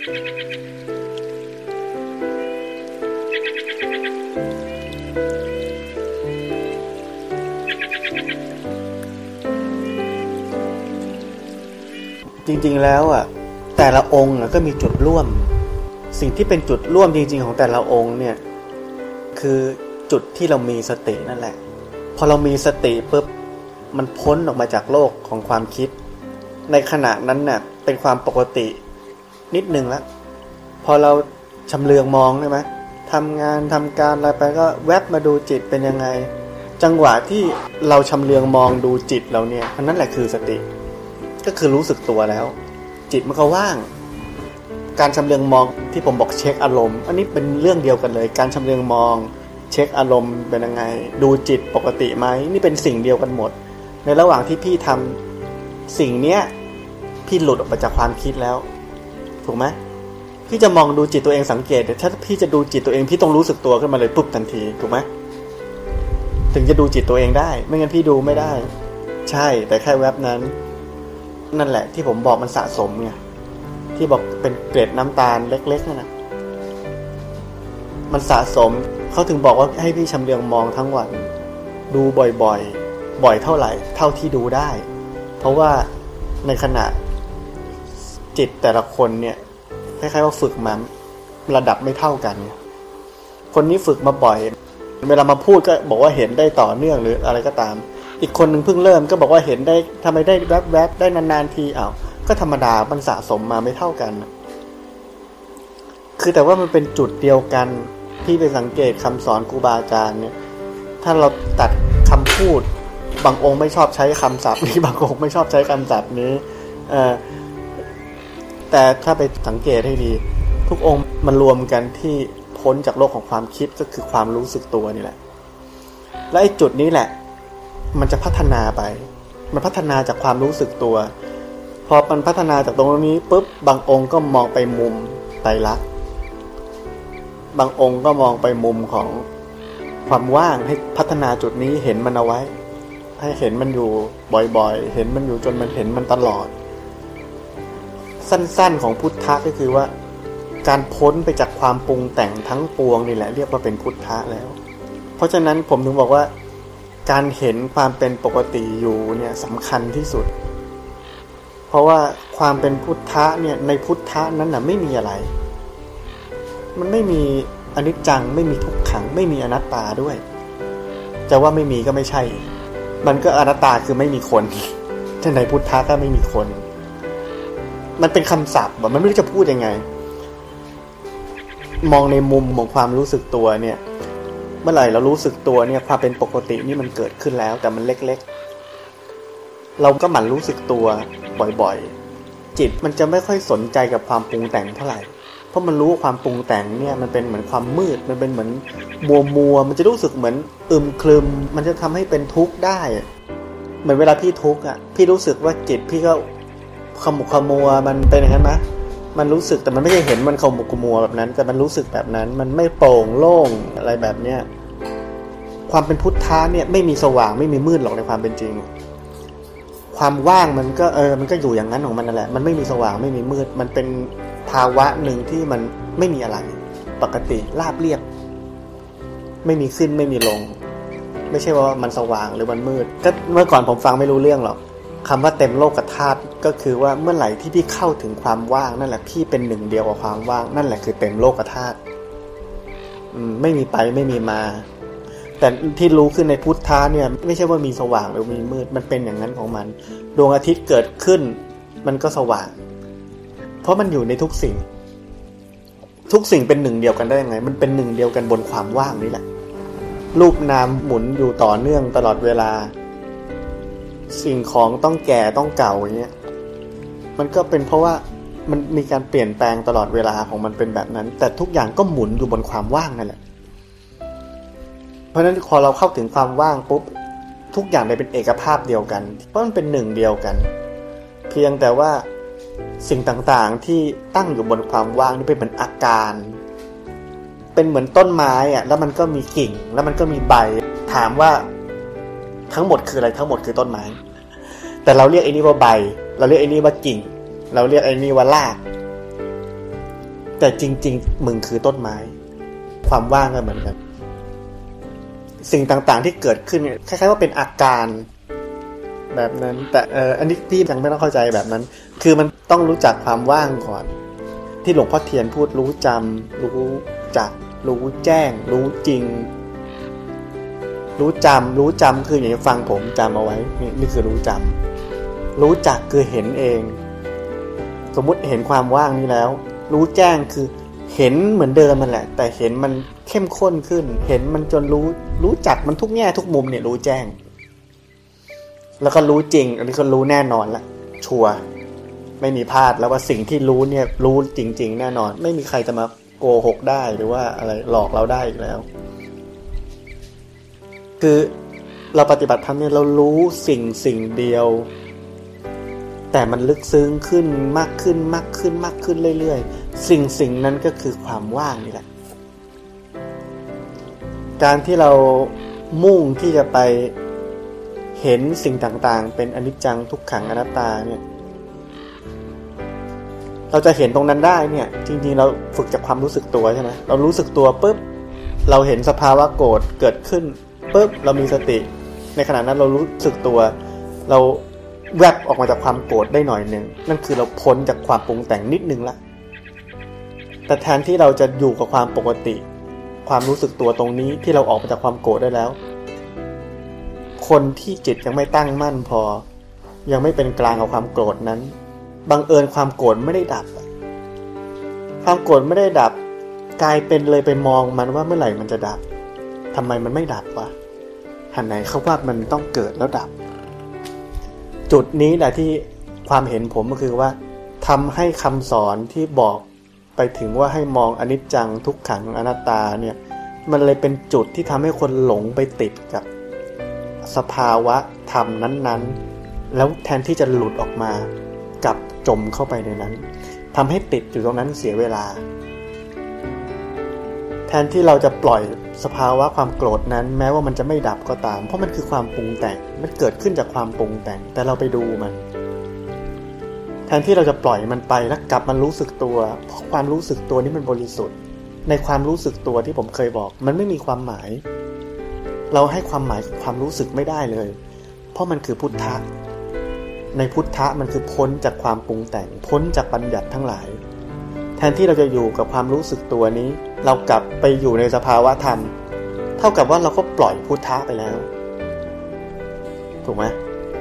จริงๆแล้วอ่ะแต่ละองค์ก็มีจุดร่วมสิ่งที่เป็นจุดร่วมจริงๆของแต่ละองค์เนี่ยคือจุดที่เรามีสตินั่นแหละพอเรามีสติปุ๊บมันพ้นออกมาจากโลกของความคิดในขณะนั้นน่ะเป็นความปกตินิดนึงแล้วพอเราชำเลืองมองใช่ไหมทำงานทำการอะไรไปก็แวบมาดูจิตเป็นยังไงจังหวะที่เราชำเลืองมองดูจิตเราเนี่ยนั่นแหละคือสติก็คือรู้สึกตัวแล้วจิตมันก็ว่างการชำเลืองมองที่ผมบอกเช็คอารมณ์อันนี้เป็นเรื่องเดียวกันเลยการชำเลืองมองเช็คอารมณ์เป็นยังไงดูจิตปกติไหมนี่เป็นสิ่งเดียวกันหมดในระหว่างที่พี่ทำสิ่งเนี้ยพี่หลุดออกมาจากความคิดแล้วถูกไหมพี่จะมองดูจิตตัวเองสังเกตถ้าพี่จะดูจิตตัวเองพี่ต้องรู้สึกตัวขึ้นมาเลยปุ๊บทันทีถูกไหมถึงจะดูจิตตัวเองได้ไม่งั้นพี่ดูไม่ได้ใช่แต่แค่แวบนั้นนั่นแหละที่ผมบอกมันสะสมไงที่บอกเป็นเกล็ดน้ำตาลเล็กๆนั่นนะมันสะสมเขาถึงบอกว่าให้พี่ชำเลืองมองทั้งวันดูบ่อยๆบ่อยเท่าไหร่เท่าที่ดูได้เพราะว่าในขณะจิตแต่ละคนเนี่ยคล้ายๆว่าฝึกมาระดับไม่เท่ากันคนนี้ฝึกมาบ่อยเวลามาพูดก็บอกว่าเห็นได้ต่อเนื่องหรืออะไรก็ตามอีกคนนึงเพิ่งเริ่มก็บอกว่าเห็นได้ทำไมได้แวบๆได้นานๆทีก็ธรรมดามันสะสมมาไม่เท่ากันคือแต่ว่ามันเป็นจุดเดียวกันที่ไปสังเกตคำสอนครูบาอาจารย์เนี่ยถ้าเราตัดคำพูดบางองค์ไม่ชอบใช้คำศัพท์นี้บางองค์ไม่ชอบใช้คำศัพท์นี้แต่ถ้าไปสังเกตให้ดีทุกองค์มันรวมกันที่พ้นจากโลกของความคิดก็คือความรู้สึกตัวนี่แหละและไอ้จุดนี้แหละมันจะพัฒนาไปมันพัฒนาจากความรู้สึกตัวพอมันพัฒนาจากตรงนี้ปุ๊บบางองค์ก็มองไปมุมไตรลักษณ์บางองค์ก็มองไปมุมของความว่างให้พัฒนาจุดนี้เห็นมันเอาไว้ให้เห็นมันอยู่บ่อยๆเห็นมันอยู่จนมันเห็นมันตลอดสั้นๆของพุทธะก็คือว่าการพ้นไปจากความปรุงแต่งทั้งปวงนี่แหละเรียกว่าเป็นพุทธะแล้วเพราะฉะนั้นผมถึงบอกว่าการเห็นความเป็นปกติอยู่เนี่ยสำคัญที่สุดเพราะว่าความเป็นพุทธะเนี่ยในพุทธะนั้นน่ะไม่มีอะไรมันไม่มีอนิจจังไม่มีทุกขังไม่มีอนัตตาด้วยจะว่าไม่มีก็ไม่ใช่มันก็อนัตตาคือไม่มีคนแต่ในพุทธะก็ไม่มีคนมันเป็นคำศัพท์มันไม่รู้จะพูดยังไงมองในมุมของความรู้สึกตัวเนี่ยเมื่อไหร่เรารู้สึกตัวเนี่ยความเป็นปกตินี่มันเกิดขึ้นแล้วแต่มันเล็กๆเราก็หมั่นรู้สึกตัวบ่อยๆจิตมันจะไม่ค่อยสนใจกับความปรุงแต่งเท่าไหร่เพราะมันรู้ว่าความปรุงแต่งเนี่ยมันเป็นเหมือนความมืดมันเป็นเหมือนมัวมันจะรู้สึกเหมือนครึมมันจะทำให้เป็นทุกข์ได้เหมือนเวลาพี่ทุกข์อ่ะพี่รู้สึกว่าจิตพี่ก็ขมุกขมัวมันเป็นอย่างนั้นไหมมันรู้สึกแต่มันไม่ใช่เห็นมันขมุกขมัวแบบนั้นแต่มันรู้สึกแบบนั้นมันไม่โปร่งโล่งอะไรแบบเนี้ยความเป็นพุทธะเนี่ยไม่มีสว่างไม่มีมืดหรอกในความเป็นจริงความว่างมันก็มันก็อยู่อย่างนั้นของมันนั่นแหละมันไม่มีสว่างไม่มีมืดมันเป็นภาวะหนึ่งที่มันไม่มีอะไรปกติราบเรียบไม่มีขึ้นไม่มีลงไม่ใช่ว่ามันสว่างหรือมันมืดก็เมื่อก่อนผมฟังไม่รู้เรื่องหรอกคำว่าเต็มโลกธาตุก็คือว่าเมื่อไหร่ที่พี่เข้าถึงความว่างนั่นแหละพี่เป็นหนึ่งเดียวกับความว่างนั่นแหละคือเต็มโลกธาตุไม่มีไปไม่มีมาแต่ที่รู้ขึ้นในพุทธะเนี่ยไม่ใช่ว่ามีสว่างหรือมีมืดมันเป็นอย่างนั้นของมันดวงอาทิตย์เกิดขึ้นมันก็สว่างเพราะมันอยู่ในทุกสิ่งเป็นหนึ่งเดียวกันได้ยังไงมันเป็นหนึ่งเดียวกันบนความว่างนี่แหละรูปนามหมุนอยู่ต่อเนื่องตลอดเวลาสิ่งของต้องแก่ต้องเก่าอย่างเงี้ยมันก็เป็นเพราะว่ามันมีการเปลี่ยนแปลงตลอดเวลาของมันเป็นแบบนั้นแต่ทุกอย่างก็หมุนอยู่บนความว่างนั่นแหละเพราะฉะนั้นพอเราเข้าถึงความว่างปุ๊บทุกอย่างเลยเป็นเอกภาพเดียวกันเพราะมันเป็นหนึ่งเดียวกันเพียงแต่ว่าสิ่งต่างๆที่ตั้งอยู่บนความว่างนี่เป็นเหมือนอาการเป็นเหมือนต้นไม้อ่ะแล้วมันก็มีกิ่งแล้วมันก็มีใบถามว่าทั้งหมดคืออะไรทั้งหมดคือต้นไม้แต่เราเรียกไอ้นี่ว่าใบเราเรียกไอ้นี่ว่ากิ่งเราเรียกไอ้นี่ว่ารากแต่จริงๆมึงคือต้นไม้ความว่างก็เหมือนกันสิ่งต่างๆที่เกิดขึ้นคล้ายๆว่าเป็นอาการแบบนั้นแต่อันนี้พี่ยังไม่ต้องเข้าใจแบบนั้นคือมันต้องรู้จักความว่างก่อนที่หลวงพ่อเทียนพูดรู้จำรู้จักรู้แจ้งรู้จริงรู้จำคืออย่างฟังผมจำเอาไว้นี่คือรู้จำรู้จักคือเห็นเองสมมุติเห็นความว่างนี้แล้วรู้แจ้งคือเห็นเหมือนเดิมมันแหละแต่เห็นมันเข้มข้นขึ้นเห็นมันจนรู้จักมันทุกแง่ทุกมุมเนี่ยรู้แจ้งแล้วก็รู้จริงอันนี้ก็รู้แน่นอนละชัวร์ไม่มีพลาดแล้วว่าสิ่งที่รู้เนี่ยรู้จริงๆแน่นอนไม่มีใครจะมาโกหกได้หรือว่าอะไรหลอกเราได้อีกแล้วคือเราปฏิบัติธรรมเนี่ยเรารู้สิ่งเดียวแต่มันลึกซึ้งขึ้นมากขึ้นเรื่อยๆสิ่งนั้นก็คือความว่างนี่แหละการที่เรามุ่งที่จะไปเห็นสิ่งต่างๆเป็นอนิจจังทุกขังอนัตตาเนี่ยเราจะเห็นตรงนั้นได้เนี่ยจริงๆเราฝึกจากความรู้สึกตัวใช่ไหมเรารู้สึกตัวปุ๊บเราเห็นสภาวะโกรธเกิดขึ้นปุ๊บเรามีสติในขณะนั้นเรารู้สึกตัวเราแวบออกมาจากความโกรธได้หน่อยนึงนั่นคือเราพ้นจากความปรุงแต่งนิดนึงละแต่แทนที่เราจะอยู่กับความปกติความรู้สึกตัวตรงนี้ที่เราออกมาจากความโกรธได้แล้วคนที่จิตยังไม่ตั้งมั่นพอยังไม่เป็นกลางกับความโกรธนั้นบังเอิญความโกรธไม่ได้ดับความโกรธไม่ได้ดับกลายเป็นเลยไปมองมันว่าเมื่อไหร่มันจะดับทำไมมันไม่ดับวะหันไหนเขาว่ามันต้องเกิดแล้วดับจุดนี้แหละที่ความเห็นผมก็คือว่าทำให้คำสอนที่บอกไปถึงว่าให้มองอนิจจังทุกขังอนัตตาเนี่ยมันเลยเป็นจุดที่ทำให้คนหลงไปติดกับสภาวะธรรมนั้นๆแล้วแทนที่จะหลุดออกมากับจมเข้าไปในนั้นทำให้ติดอยู่ตรงนั้นเสียเวลาแทนที่เราจะปล่อยสภาวะความโกรธนั้นแม้ว่ามันจะไม่ดับก็ตามเพราะมันคือความปรุงแต่งมันเกิดขึ้นจากความปรุงแต่งแต่เราไปดูมันแทนที่เราจะปล่อยมันไปแล้วกลับมารู้สึกตัวเพราะความรู้สึกตัวนี้มันบริสุทธิ์ในความรู้สึกตัวที่ผมเคยบอกมันไม่มีความหมายเราให้ความหมายกับความรู้สึกไม่ได้เลยเพราะมันคือพุทธะในพุทธะมันคือพ้นจากความปรุงแต่งพ้นจากบัญญัติทั้งหลายแทนที่เราจะอยู่กับความรู้สึกตัวนี้เรากลับไปอยู่ในสภาวะธรรมเท่ากับว่าเราก็ปล่อยพุทธะไปแล้วถูกไหม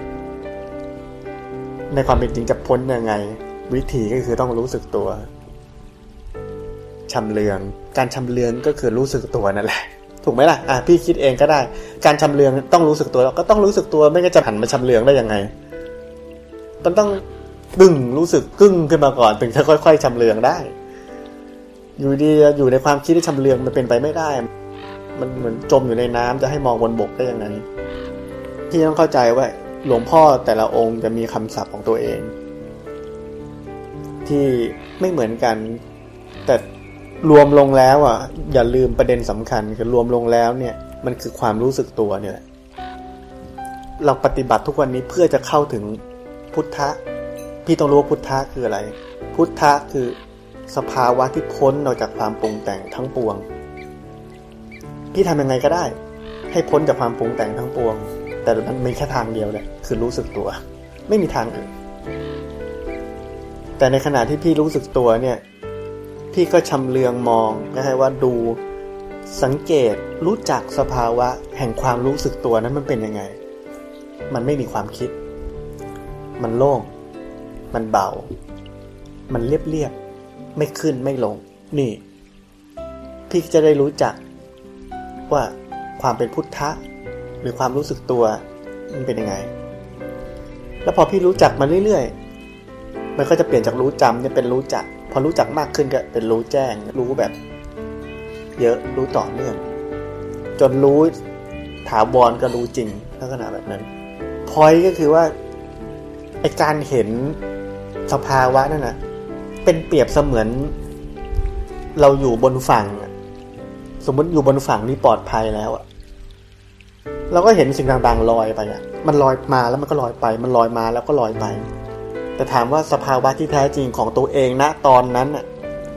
ในความเป็นจริงจะพ้นยังไงวิธีก็คือต้องรู้สึกตัวชำเลืองการชำเลืองก็คือรู้สึกตัวนั่นแหละถูกไหมล่ะพี่คิดเองก็ได้การชำเลืองต้องรู้สึกตัวเราก็ต้องรู้สึกตัวไม่งั้นจะหันมาชำเลืองได้ยังไงมันต้องดึงรู้สึกกึ้งขึ้นมาก่อนถึงจะค่อยๆชำเลืองได้อยู่ดีอยู่ในความคิดที่ชำเลืองมันเป็นไปไม่ได้มันเหมือนจมอยู่ในน้ำจะให้มองบนบกได้ยังไงที่ต้องเข้าใจว่าหลวงพ่อแต่ละองค์จะมีคำศัพท์ของตัวเองที่ไม่เหมือนกันแต่รวมลงแล้วอย่าลืมประเด็นสำคัญคือรวมลงแล้วเนี่ยมันคือความรู้สึกตัวเนี่ยแหละเราปฏิบัติทุกวันนี้เพื่อจะเข้าถึงพุทธะพี่ต้องรู้ว่าพุทธะคืออะไรพุทธะคือสภาวะที่พ้นออกจากความปรุงแต่งทั้งปวงพี่ทำยังไงก็ได้ให้พ้นจากความปรุงแต่งทั้งปวงแต่มันมีแค่ทางเดียวเลยคือรู้สึกตัวไม่มีทางอื่นแต่ในขณะที่พี่รู้สึกตัวเนี่ยพี่ก็ชำเลืองมองก็ให้ว่าดูสังเกตรู้จักสภาวะแห่งความรู้สึกตัวนั้นมันเป็นยังไงมันไม่มีความคิดมันโล่งมันเบามันเรียบไม่ขึ้นไม่ลงนี่พี่จะได้รู้จักว่าความเป็นพุทธะหรือความรู้สึกตัวมันเป็นยังไงแล้วพอพี่รู้จักมันเรื่อยๆมันก็จะเปลี่ยนจากรู้จำเนี่ยเป็นรู้จักพอรู้จักมากขึ้นก็เป็นรู้แจ้งรู้แบบเยอะรู้ต่อเนื่องจนรู้ถาวรก็รู้จริงลักษณะแบบนั้นพอยก็คือว่าไอ้การเห็นสภาวะนั่นน่ะเป็นเปรียบเสมือนเราอยู่บนฝั่งสมมติอยู่บนฝั่งนี่ปลอดภัยแล้วเราก็เห็นสิ่งต่างๆลอยไปมันลอยมาแล้วมันก็ลอยไปมันลอยมาแล้วก็ลอยไปแต่ถามว่าสภาวะที่แท้จริงของตัวเองณตอนนั้น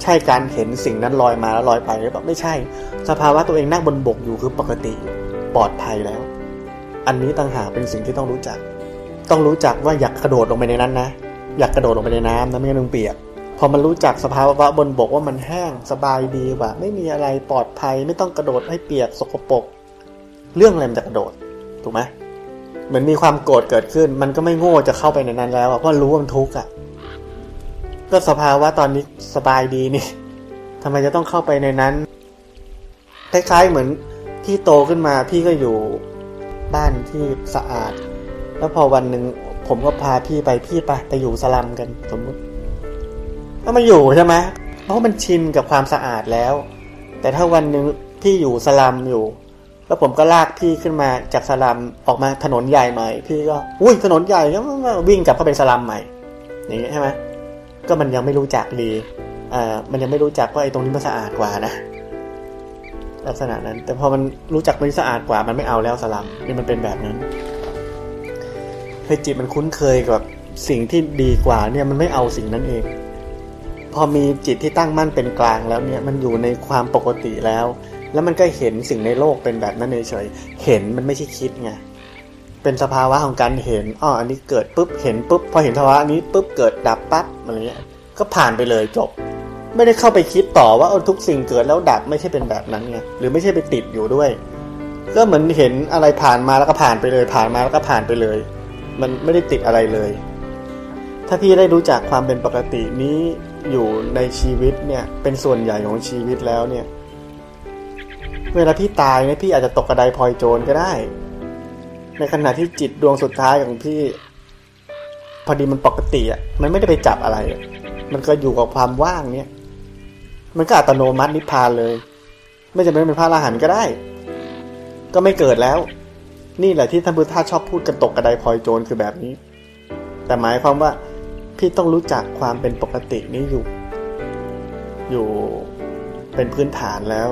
ใช่การเห็นสิ่งนั้นลอยมาแล้วลอยไปหรือเปล่าไม่ใช่สภาวะตัวเองนั่งบนบกอยู่คือปกติปลอดภัยแล้วอันนี้ต่างหากเป็นสิ่งที่ต้องรู้จักว่าอยากกระโดดลงไปในนั้นนะอยากกระโดดลงไปในน้ำนะไม่งั้นเปียกพอมันรู้จักสภาวะบนบกว่ามันแห้งสบายดีกว่าไม่มีอะไรปลอดภัยไม่ต้องกระโดดให้เปียกสกปรกเรื่องอะไรมันจะกระโดดถูกไหมเหมือนมีความโกรธเกิดขึ้นมันก็ไม่โง่จะเข้าไปในนั้นแล้วเพราะรู้ว่ามันทุกข์อ่ะก็สภาวะตอนนี้สบายดีนี่ทำไมจะต้องเข้าไปในนั้นคล้ายๆเหมือนพี่โตขึ้นมาพี่ก็อยู่บ้านที่สะอาดแล้วพอวันหนึ่งผมก็พาพี่ไปอยู่สลัมกันสมมติก็มาอยู่ใช่ไหมเพราะมันชินกับความสะอาดแล้วแต่ถ้าวันหนึ่งพี่อยู่สลัมอยู่แล้วผมก็ลากพี่ขึ้นมาจากสลัมออกมาถนนใหญ่ใหม่พี่ก็อุ้ยถนนใหญ่แล้ววิ่งกลับเข้าไปสลัมใหม่อย่างนี้ใช่ไหมก็มันยังไม่รู้จักดีมันยังไม่รู้จักว่าไอ้ตรงนี้มันสะอาดกว่านะลักษณะนั้นแต่พอมันรู้จักมันสะอาดกว่ามันไม่เอาแล้วสลัมนี่มันเป็นแบบนั้นให้จิตมันคุ้นเคยกับสิ่งที่ดีกว่าเนี่ยมันไม่เอาสิ่งนั้นเองพอมีจิตที่ตั้งมั่นเป็นกลางแล้วเนี่ยมันอยู่ในความปกติแล้วมันก็เห็นสิ่งในโลกเป็นแบบนั้นเฉยๆเห็นมันไม่ใช่คิดไงเป็นสภาวะของการเห็นอันนี้เกิดปุ๊บเห็นปุ๊บพอเห็นสภาวะนี้ปุ๊บเกิดดับปั๊บอะไรเงี้ยก็ผ่านไปเลยจบไม่ได้เข้าไปคิดต่อว่าทุกสิ่งเกิดแล้วดับไม่ใช่เป็นแบบนั้นไงหรือไม่ใช่ไปติดอยู่ด้วยก็เหมือนเห็นอะไรผ่านมาแล้วก็ผ่านไปเลยผ่านมาแล้วก็ผ่านไปเลยมันไม่ได้ติดอะไรเลยถ้าพี่ได้รู้จักความเป็นปกตินี้อยู่ในชีวิตเนี่ยเป็นส่วนใหญ่ของชีวิตแล้วเนี่ยเวลาพี่ตายเนี่ยพี่อาจจะตกกระไดพลอยโจรก็ได้ในขณะที่จิตดวงสุดท้ายของพี่พอดีมันปกติอ่ะมันไม่ได้ไปจับอะไรมันก็อยู่กับความว่างเนี่ยมันก็อัตโนมัตินิพพานเลยไม่จำเป็นเป็นพระอรหันต์ก็ได้ก็ไม่เกิดแล้วนี่แหละที่ท่านพุทธทาสชอบพูดกันตกกระไดพลอยโจรคือแบบนี้แต่หมายความว่าพี่ต้องรู้จักความเป็นปกตินี้อยู่เป็นพื้นฐานแล้ว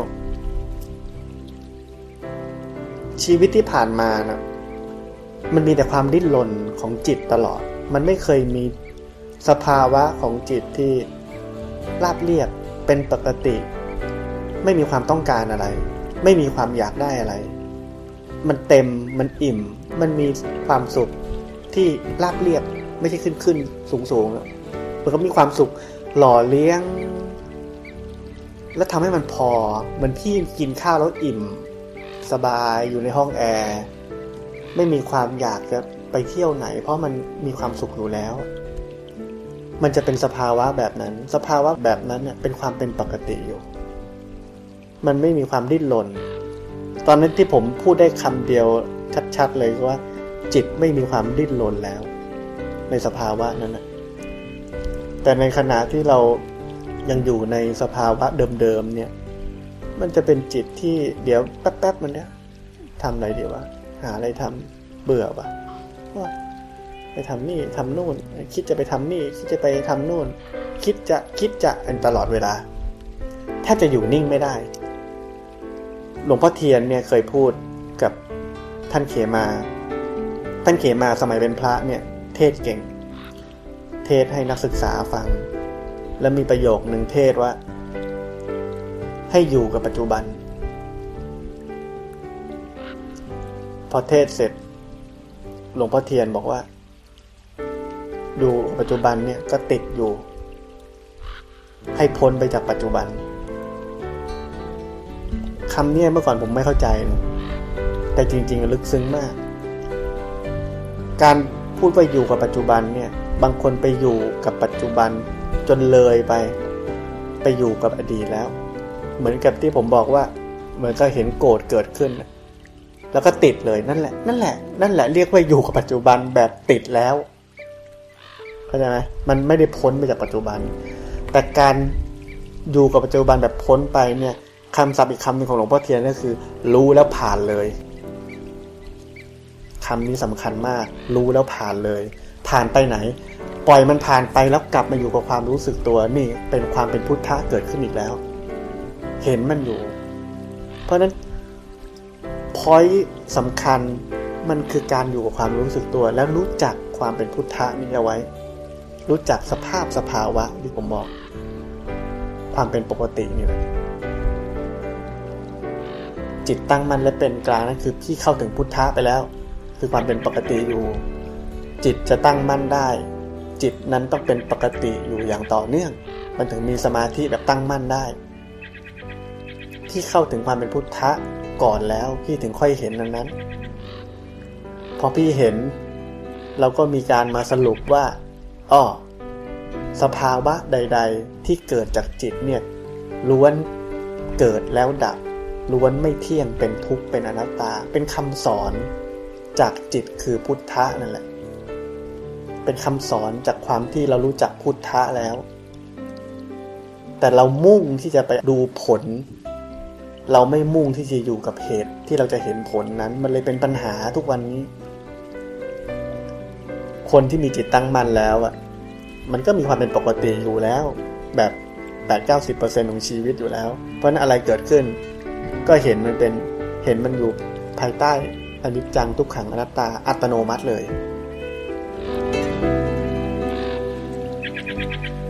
ชีวิตที่ผ่านมานะมันมีแต่ความดิ้นรนของจิตตลอดมันไม่เคยมีสภาวะของจิตที่ราบเรียบเป็นปกติไม่มีความต้องการอะไรไม่มีความอยากได้อะไรมันเต็มมันอิ่มมันมีความสุขที่ราบเรียบไม่ใช่ขึ้นสูงมันก็มีความสุขหล่อเลี้ยงและทำให้มันพอเหมือนพี่กินข้าวแล้วอิ่มสบายอยู่ในห้องแอร์ไม่มีความอยากจะไปเที่ยวไหนเพราะมันมีความสุขอยู่แล้วมันจะเป็นสภาวะแบบนั้นสภาวะแบบนั้นเนี่ยเป็นความเป็นปกติอยู่มันไม่มีความดิ้นรนตอนนั้นที่ผมพูดได้คำเดียวชัดๆเลยว่าจิตไม่มีความดิ้นรนแล้วในสภาวะนั้นนะแต่ในขณะที่เรายังอยู่ในสภาวะเดิมๆเนี่ยมันจะเป็นจิตที่เดี๋ยวแป๊บๆมันเนี่ยทำอะไรดีวะหาอะไรทำเบื่อปะไปทำนี่ทำนู่นคิดจะไปทำนี่คิดจะไปทำนู่นคิดจะตลอดเวลาแทบจะอยู่นิ่งไม่ได้หลวงพ่อเทียนเนี่ยเคยพูดกับท่านเขมาสมัยเป็นพระเนี่ยเทศเก่งเทศให้นักศึกษาฟังแล้วมีประโยคนึงเทศว่าให้อยู่กับปัจจุบันพอเทศเสร็จหลวงพ่อเทียนบอกว่าดูปัจจุบันเนี่ยก็ติดอยู่ให้พ้นไปจากปัจจุบันคำนี้เมื่อก่อนผมไม่เข้าใจนะแต่จริงๆลึกซึ้งมากการพูดว่าอยู่กับปัจจุบันเนี่ยบางคนไปอยู่กับปัจจุบันจนเลยไปอยู่กับอดีตแล้วเหมือนกับที่ผมบอกว่าเหมือนก็เห็นโกรธเกิดขึ้นแล้วก็ติดเลยนั่นแหละเรียกว่าอยู่กับปัจจุบันแบบติดแล้วเข้าใจไหมมันไม่ได้พ้นไปจากปัจจุบันแต่การอยู่กับปัจจุบันแบบพ้นไปเนี่ยคำศัพท์อีกคำหนึ่งของหลวงพ่อเทียนก็คือรู้แล้วผ่านเลยคำนี้สำคัญมากรู้แล้วผ่านเลยผ่านไปไหนปล่อยมันผ่านไปแล้วกลับมาอยู่กับความรู้สึกตัวนี่เป็นความเป็นพุทธะเกิดขึ้นอีกแล้วเห็นมันอยู่เพราะนั้นpointสำคัญมันคือการอยู่กับความรู้สึกตัวแล้วรู้จักความเป็นพุทธะนี่เอาไว้รู้จักสภาวะที่ผมบอกความเป็นปกตินี่แหละจิตตั้งมั่นและเป็นกลางนั่นคือพี่เข้าถึงพุทธะไปแล้วคือความเป็นปกติอยู่จิตจะตั้งมั่นได้จิตนั้นต้องเป็นปกติอยู่อย่างต่อเนื่องมันถึงมีสมาธิแบบตั้งมั่นได้พี่เข้าถึงความเป็นพุทธะก่อนแล้วพี่ถึงค่อยเห็นนั้นพอพี่เห็นเราก็มีการมาสรุปว่าสภาวะใดๆที่เกิดจากจิตเนี่ยล้วนเกิดแล้วดับล้วนไม่เที่ยงเป็นทุกข์เป็นอนัตตาเป็นคำสอนจากจิตคือพุทธะนั่นแหละเป็นคำสอนจากความที่เรารู้จักพุทธะแล้วแต่เรามุ่งที่จะไปดูผลเราไม่มุ่งที่จะอยู่กับเหตุที่เราจะเห็นผลนั้นมันเลยเป็นปัญหาทุกวันนี้คนที่มีจิตตั้งมั่นแล้วมันก็มีความเป็นปกติอยู่แล้วแบบ 8-90% ของชีวิตอยู่แล้วเพราะนั้นอะไรเกิดขึ้นก็เห็นมันอยู่ภายใต้อนิจจังทุกขังอนัตตาอัตโนมัติเลย